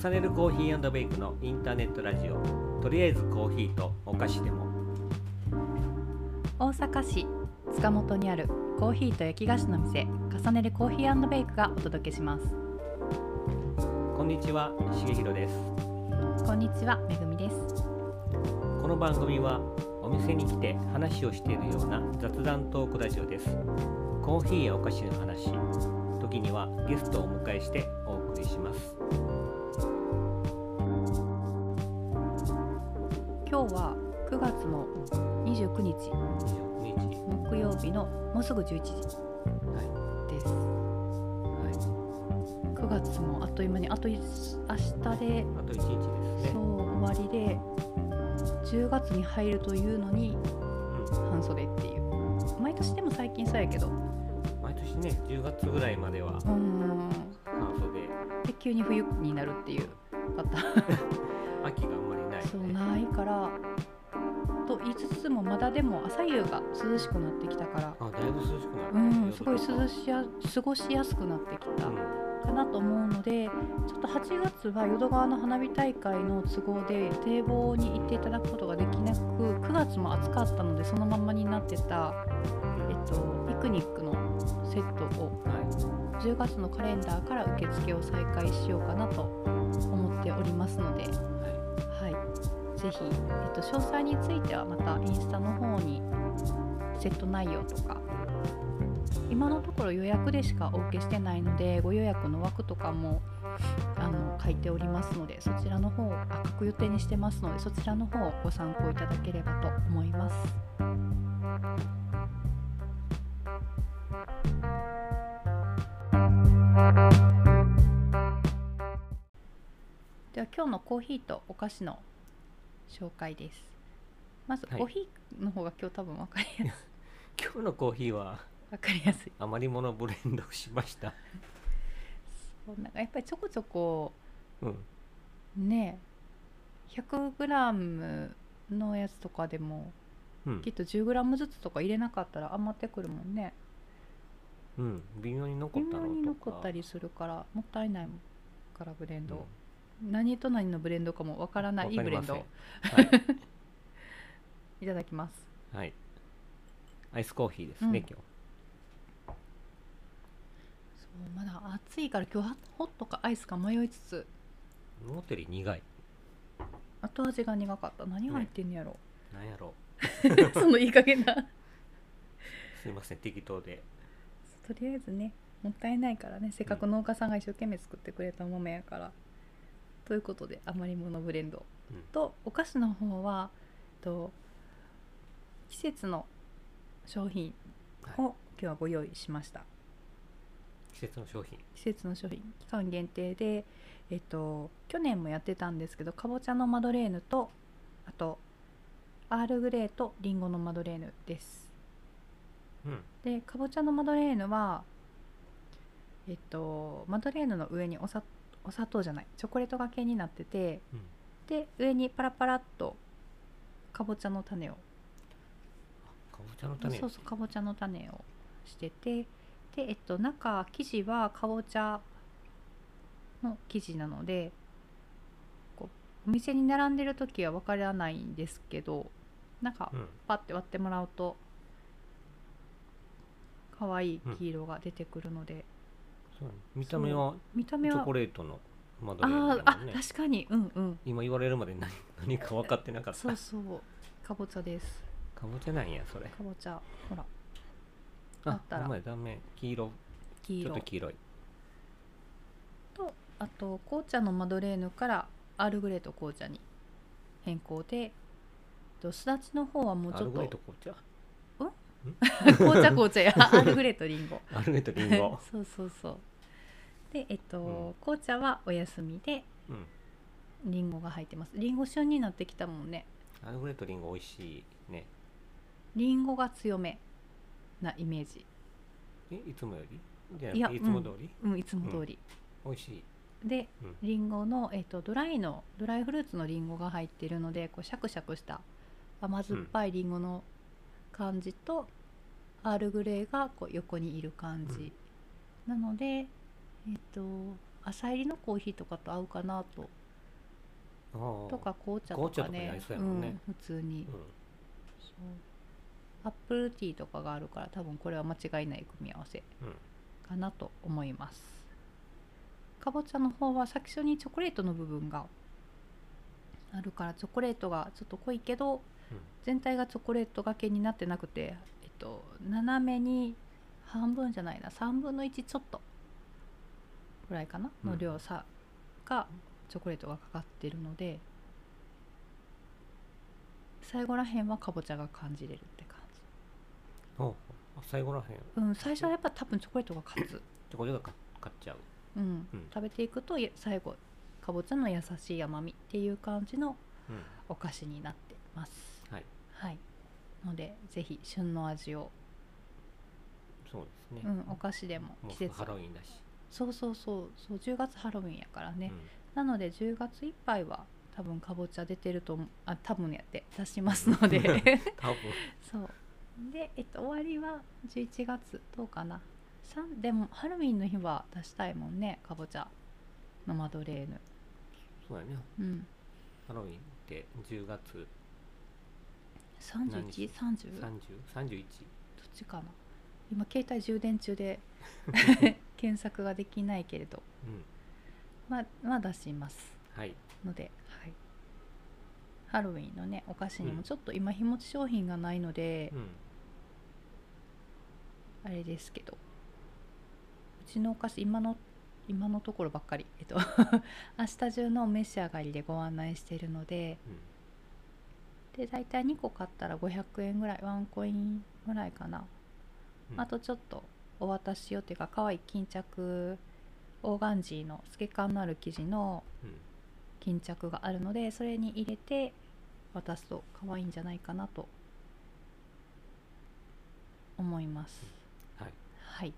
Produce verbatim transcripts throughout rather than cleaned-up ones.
重ねるコーヒー&ベイクのインターネットラジオ、とりあえずコーヒーとお菓子でも。 大阪市塚本にあるコーヒーと焼き菓子の店、重ねるコーヒー&ベイクがお届けします。 こんにちは、しげひろです。 こんにちは、めぐみです。 この番組はお店に来て話をしているような雑談トークラジオです。コーヒーやお菓子の話、時にはゲストをお迎えしてお送りします。 今日はくがつのにじゅうくにち、 にじゅうくにち木曜日のもうすぐじゅういちじです。 はくがつもあっという間に、あとい明日であといちにちですね。 そう終わりで、じゅうがつに入るというのに半袖っていう、毎年でも最近そうやけど、 毎年ね、じゅうがつぐらいまではうーん半袖で急に冬になるっていうパターン秋があんまりない、ね、 そうないからと言いつつも、まだでも朝夕が涼しくなってきたから、 あ、だいぶ涼しくなって、 うんすごい涼しや過ごしやすくなってきたうんかなと思うので、ちょっとはちがつは淀川の花火大会の都合で堤防に行っていただくことができなく、くがつも暑かったのでそのままになってた、えっと、ピクニックのセットをはじゅうがつのカレンダーから受付を再開しようかなと思っておりますので、 い、はいはい、ぜひ、えっと、詳細についてはまたインスタの方にセット内容とか、今のところ予約でしかお受けしてないので、ご予約の枠とかもあの書いておりますので、そちらの方あ書く予定にしてますので、そちらの方をご参考いただければと思います。では今日のコーヒーとお菓子の紹介です。まずコーヒーの方が今日多分分かりやすい、 今日のコーヒーは分かりやすい余り物ブレンドしました。 そうなんかやっぱりちょこちょこうんね、ひゃくグラムのやつとかでも、 うんきっとじゅうグラムずつとか入れなかったら余ってくるもんね。 うん、微妙に残微ったのとか妙に残ったりするからもったいないからブレンド、 うん何と何のブレンドかもわからない、いいブレンドをいただきます。 はい、はい、アイスコーヒーですね、 うん、 今日。 そうまだ暑いから今日はホットかアイスか迷いつつ、 思ったより苦い。 後味が苦かった。何入ってんのやろ、 ね、なんやろそのいい加減なすいません、適当で。 とりあえずね、もったいないからね、せっかく農家さんが一生懸命作ってくれたものやから、うん、ということで余り物ブレンド、うん、とお菓子の方はと季節の商品を今日はご用意しました。はい、 季節の商品季節の商品期間限定で、えっと、去年もやってたんですけど、かぼちゃのマドレーヌと、あとアールグレーとリンゴのマドレーヌです。うん、でかぼちゃのマドレーヌは、えっと、マドレーヌの上におさお砂糖じゃないチョコレートがけになってて、うん、で上にパラパラっとかぼちゃの種をかぼちゃの種そうそうかぼちゃの種をしてて、で、えっと、中生地はかぼちゃの生地なので、こうお店に並んでる時は分からないんですけど、なんかパッて割ってもらうとかわいい黄色が出てくるので、うん、 そう見た目は見た目はチョコレートのマドレーヌだもんね。 ああ確かに、うんうん、 今言われるまで 何, 何か分かってなかった。 そうそうかぼちゃです。 かぼちゃなんやそれ。 かぼちゃほらあったら断面黄色黄色ちょっと黄色いと、あと紅茶のマドレーヌからアールグレート紅茶に変更で、とすだちの方はもうちょっとアールグレート紅茶紅茶紅茶やアールグレートリンゴアールグレートリンゴそうそうそうで、えっと、うん、紅茶はお休みで、うん、リンゴが入ってます。リンゴ旬になってきたもんね。 アールグレートリンゴ美味しいね。 リンゴが強めなイメージ。 えいつもよりじゃあいやいつも通り、 うんうん、いつも通り、 うん、美味しいで、うん、リンゴの、えっと、ドライのドライフルーツのリンゴが入っているので、こうシャクシャクした甘酸っぱいリンゴの感じと、うん、アールグレーがこう横にいる感じ、うん、なので、えっと、 朝入りのコーヒーとかと合うかなとあーとか紅茶と紅茶かねとかに合いそうやもんねうん、普通に、 うんそうアップルティーとかがあるから多分これは間違いない組み合わせうんかなと思います。かぼちゃの方は最初にチョコレートの部分があるからチョコレートがちょっと濃いけどうん全体がチョコレートがけになってなくて、えっと、斜めに半分じゃないなさんぶんのいちちょっとぐらいかなうんの量さがチョコレートがかかってるので最後らへんはかぼちゃが感じれるって感ほうほうあ最後らへんじ、うん、最初はやっぱ多分チョコレートが勝つ、 チョコレートが買っちゃううんうん食べていくとや最後かぼちゃの優しい甘みっていう感じのうんお菓子になってますはいはいのでぜひ旬の味を、 そうですねうん、お菓子でももう季節すぐハロウィンだしそうそうそうそうじゅうがつハロウィンやからね、 うんなのでじゅうがついっぱいは多分かぼちゃ出てると思うあ多分やって出しますので多分そうで、えっと、終わりはじゅういちがつどうかなさんでもハロウィンの日は出したいもんねかぼちゃのマドレーヌそうやねうんハロウィンってじゅうがつさんじゅういち?さんじゅう? どっさんじゅう、さんじゅういちちかな今携帯充電中で検索ができないけれどうんまあまあ出しますはいので、はい、ハロウィンのねお菓子にうんもちょっと今日持ち商品がないのでう、んあれですけどうちのお菓子今の今のところばっかり、えっと、明日中のお召し上がりでご案内しているので、で大体にこ買ったらごひゃくえんぐらいワンコインぐらいかな、 うんあとちょっとお渡しよっていうか可愛い巾着オーガンジーの透け感のある生地のうん巾着があるのでそれに入れて渡すと可愛いんじゃないかなと思います。 はいはい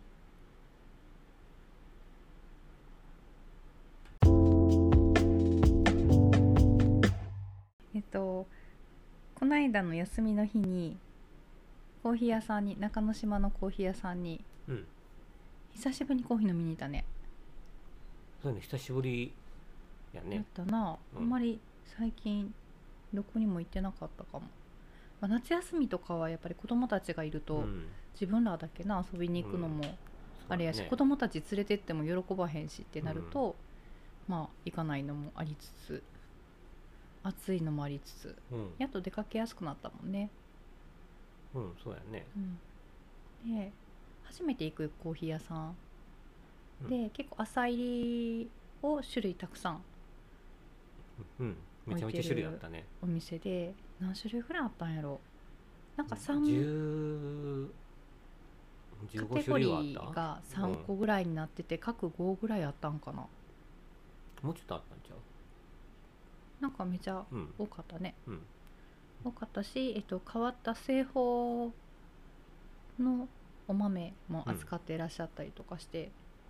えっとこの間の休みの日にコーヒー屋さんに中之島のコーヒー屋さんにうん久しぶりにコーヒー飲みに行ったね。 そういうの久しぶりややっねたな、 うんあんまり最近どこにも行ってなかったかも、まあ、夏休みとかはやっぱり子供たちがいると、 うん自分らだけな遊びに行くのもあれやし、 そうだね子供たち連れてっても喜ばへんしってなると、まあ行かないのもありつつ暑いのもありつつうんやっと出かけやすくなったもんね、 うんそうやねうん、で初めて行くコーヒー屋さんうんで、結構朝入りを種類たくさんうんめちゃめちゃ種類あったねお店で何種類ぐらいあったんやろなんかさんじゅうじゅうごカテゴリ種類はあったーがさんこぐらいになってて、各ごぐらいあったんかなもうちょっとあったんちゃなんかめちゃううん多かったね、 うん多かったし、えっと、変わった製法のお豆も扱っていらっしゃったりとかして、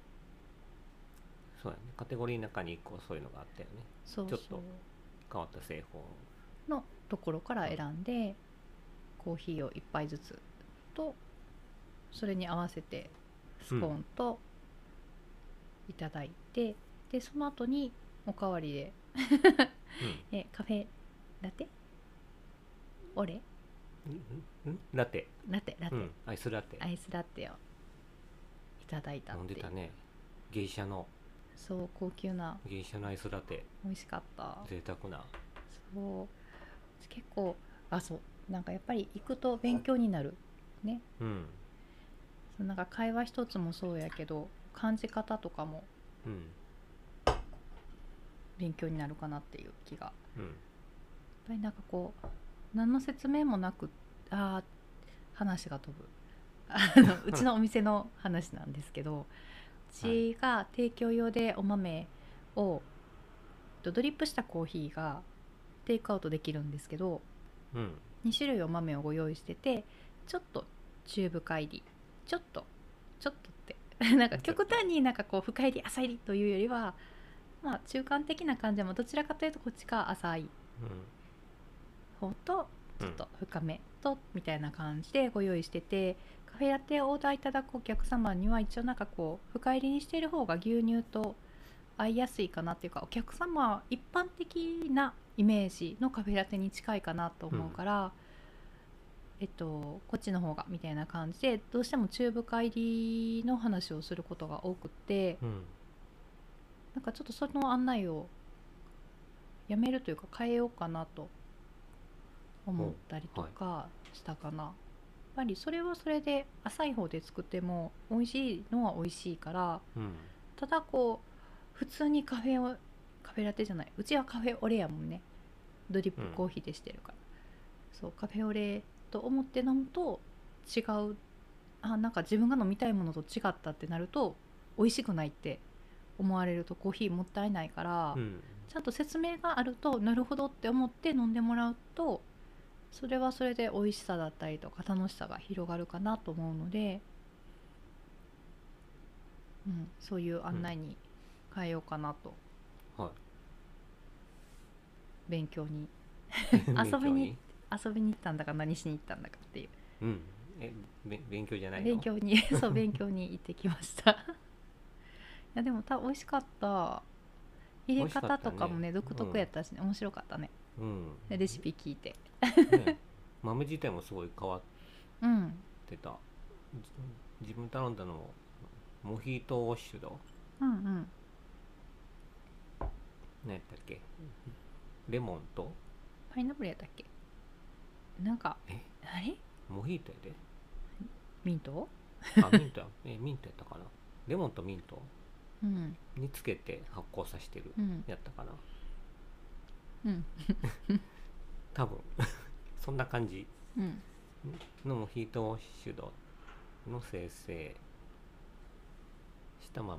そうやねカテゴリーの中にいっこそういうのがあったよねそうそうちょっと変わった製法のところから選んで、コーヒーをいっぱいずつとそれに合わせてスコーンといただいて、でその後におかわりでうんえカフェラテオレんんラテラテラテ、 うんアイスラテアイスラテをいただいたっていう飲んでたね芸者のそう高級な芸者のアイスラテ美味しかった贅沢なそう結構あそうなんかやっぱり行くと勉強になるねうんそうなんか会話一つもそうやけど感じ方とかもうん勉強になるかなっていう気がうんやっぱりなんかこう何の説明もなくあー話が飛ぶあのうちのお店の話なんですけどうちが提供用でお豆をとドリップしたコーヒーがテイクアウトできるんですけどうんに種類お豆をご用意しててちょっと中深入りちょっとちょっとってなんか極端になんかこう深入り浅入りというよりはまあ中間的な感じもどちらかというとこっちが浅い方とちょっと深めとみたいな感じでご用意してて、カフェラテをオーダーいただくお客様には一応なんかこう深入りにしている方が牛乳と合いやすいかなっていうか、お客様一般的なイメージのカフェラテに近いかなと思うから、えっと、こっちの方がみたいな感じで、どうしても中深入りの話をすることが多くって、 うんなんかちょっとその案内をやめるというか変えようかなと思ったりとかしたかな、やっぱりそれはそれで浅い方で作っても美味しいのは美味しいから、 うんただこう普通にカフェオカフェラテじゃない、うちはカフェオレやもんね、ドリップコーヒーでしてるから、うん、そうカフェオレと思って飲むと違う、あ、なんか自分が飲みたいものと違ったってなると美味しくないって思われるとコーヒーもったいないから、 うん、 ちゃんと説明があるとなるほどって思って飲んでもらうと、それはそれで美味しさだったりとか楽しさが広がるかなと思うので、うん、そういう案内に変えようかなと、 はい、 勉強に遊びに遊びに行ったんだか何しに行ったんだかっていう、 うん、えべ勉強じゃないの？ 勉強にそう勉強に行ってきましたいやでも多分美味しかった。入れ方とかも ね, ね独特やったしね、うん、面白かったね、 うん、 レシピ聞いて、 ね、豆自体もすごい変わってた、うん、自分頼んだのもモヒートウォッシュド、 うんうん、 何やったっけ、レモンとパイナップルやったっけ、なんかえあれモヒートやで、 ミントあミントやえミントやったかな、レモンとミントうん、につけて発酵させてる、うん、やったかな、 うん多分そんな感じ、 うん、 のモヒートウォッシュドの生成した豆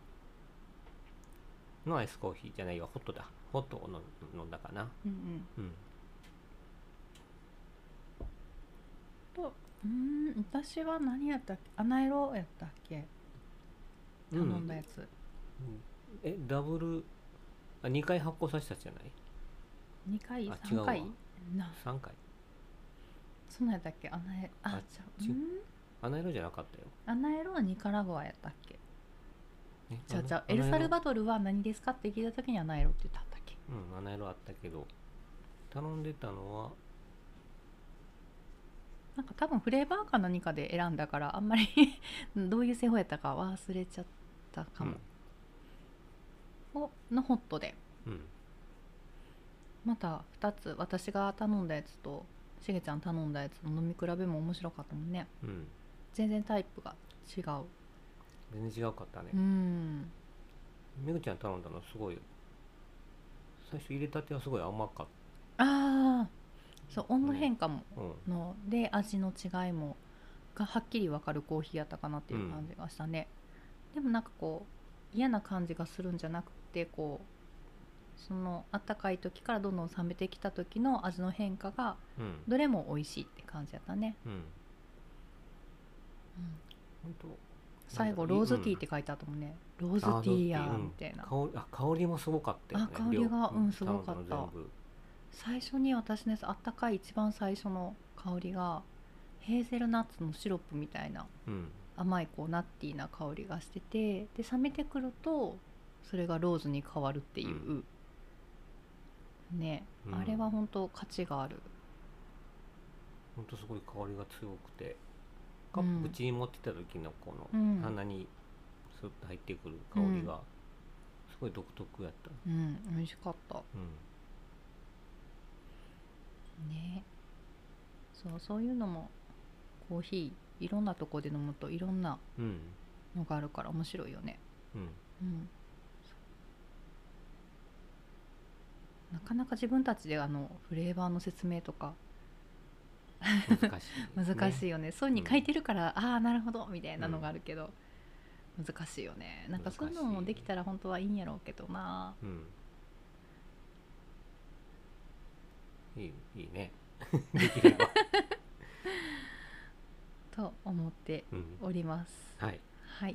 のアイスコーヒーじゃないわ、ホットだ、ホットを飲んだかな、 うんうん、 うん、 とうーん私は何やったっけ、アナエロやったっけ、頼んだやつ、うん、 えダブルあにかい発酵させたじゃない、 にかいさんかいなさんかい、 そんなんやったっけ、アナエああちゃう、うん、 アナエロじゃなかったよ、 アナエロはニカラグアやったっけ、じゃあじゃあエルサルバドルは何ですかって聞いた時にアナエロって言ったんだっけ、 うん、アナエロあったけど頼んでたのはなんか多分フレーバーか何かで選んだからあんまりどういう製法やったか忘れちゃったかも、うん、おのホットで、うん、またふたつ私が頼んだやつとしげちゃん頼んだやつの飲み比べも面白かったもんね、うん、全然タイプが違う、 全然違うかったね、 うん、 めぐちゃん頼んだのすごい最初入れたてはすごい甘かった、 ああそう温度変化もの、うん、で味の違いもがはっきり分かるコーヒーやったかなっていう感じがしたね、うん、でもなんかこう嫌な感じがするんじゃなくて、こうその温かい時からどんどん冷めてきた時の味の変化がどれも美味しいって感じやったね、うんうん、本当最後ローズティーって書いてあったもんね、うん、ローズティーやみたいな、 香り、あ、香りもすごかったよね、 あ香りがうんすごかった、最初に私のやつあったかい一番最初の香りがヘーゼルナッツのシロップみたいな、うん、甘いこうナッティーな香りがしてて、で冷めてくるとそれがローズに変わるっていう、うん、ね、うん、あれは本当価値がある、 本当すごい香りが強くて、カップ口に持ってた時のこの鼻にスッと入ってくる香りがすごい独特やった、 うん、うん、美味しかった、うんね、そうそういうのもコーヒーいろんなとこで飲むといろんなのがあるから面白いよね、うんうん、なかなか自分たちであのフレーバーの説明とか難しい、ね、難しいよね、そういうに書いてるから、うん、ああなるほどみたいなのがあるけど、うん、難しいよね、なんかそういうのもできたら本当はいいんやろうけどな、 うん、いいいいねできればと思っております、 うん、はい、 はい、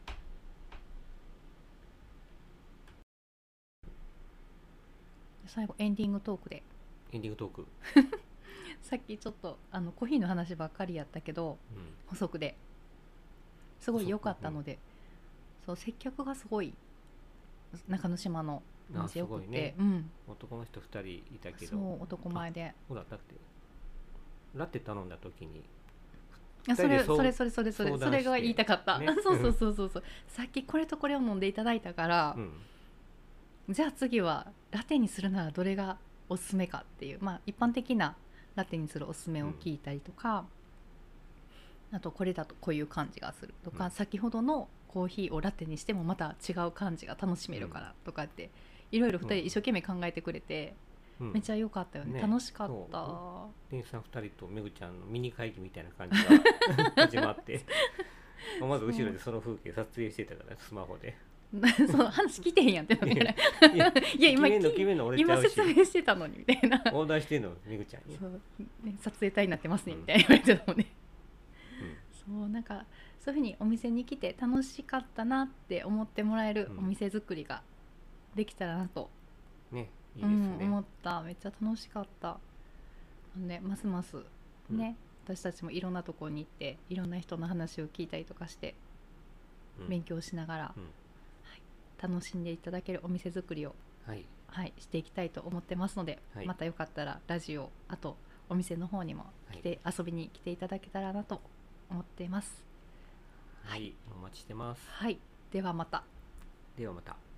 最後エンディングトークでエンディングトークさっきちょっとあのコーヒーの話ばっかりやったけど、うん、補足ですごい良かったので、うん、そう接客がすごい中之島のおあ店よくって、 すごいね、 うん、 男の人ふたりいたけど、 そう男前で、 ほらだってラテ頼んだ時にあそれ二人でそうそれそれそれそれ相談してそれが言いたかった、 ねそうそうそうそうそうさっきこれとこれを飲んでいただいたから、 うんじゃあ次はラテにするならどれがおすすめかっていう、まあ一般的なラテにするおすすめを聞いたりとか、あとこれだとこういう感じがするとか、 うん先ほどのコーヒーをラテにしてもまた違う感じが楽しめるからとかっていろいろふたり一生懸命考えてくれて、 うんめっちゃ良かったよね、 ね楽しかった。 そ店員さんふたりとめぐちゃんのミニ会議みたいな感じが始まってまず後ろでその風景撮影してたからスマホでその話聞いてへんやんってなるからいやいや今決めんの決めんの俺ちゃ今うし説明してたのにみたいなオーダーしてんのめぐちゃんに、 そう、ね、撮影隊になってますねうんみたいな言われてたもんね、 うんそうなんかそういうふうにお店に来て楽しかったなって思ってもらえるうんお店作りができたらなと、 ねいいですうん、 ね、 思った。めっちゃ楽しかった、ね、ますますね、私たちもいろんなところに行っていろんな人の話を聞いたりとかしてうん勉強しながら、 うんはい、楽しんでいただけるお店作りを、 はいはい、していきたいと思ってますので、 はいまたよかったらラジオあとお店の方にも来て、遊びに来ていただけたらなと思っています。 はい、お待ちしてます。 はい、ではまた。 ではまた。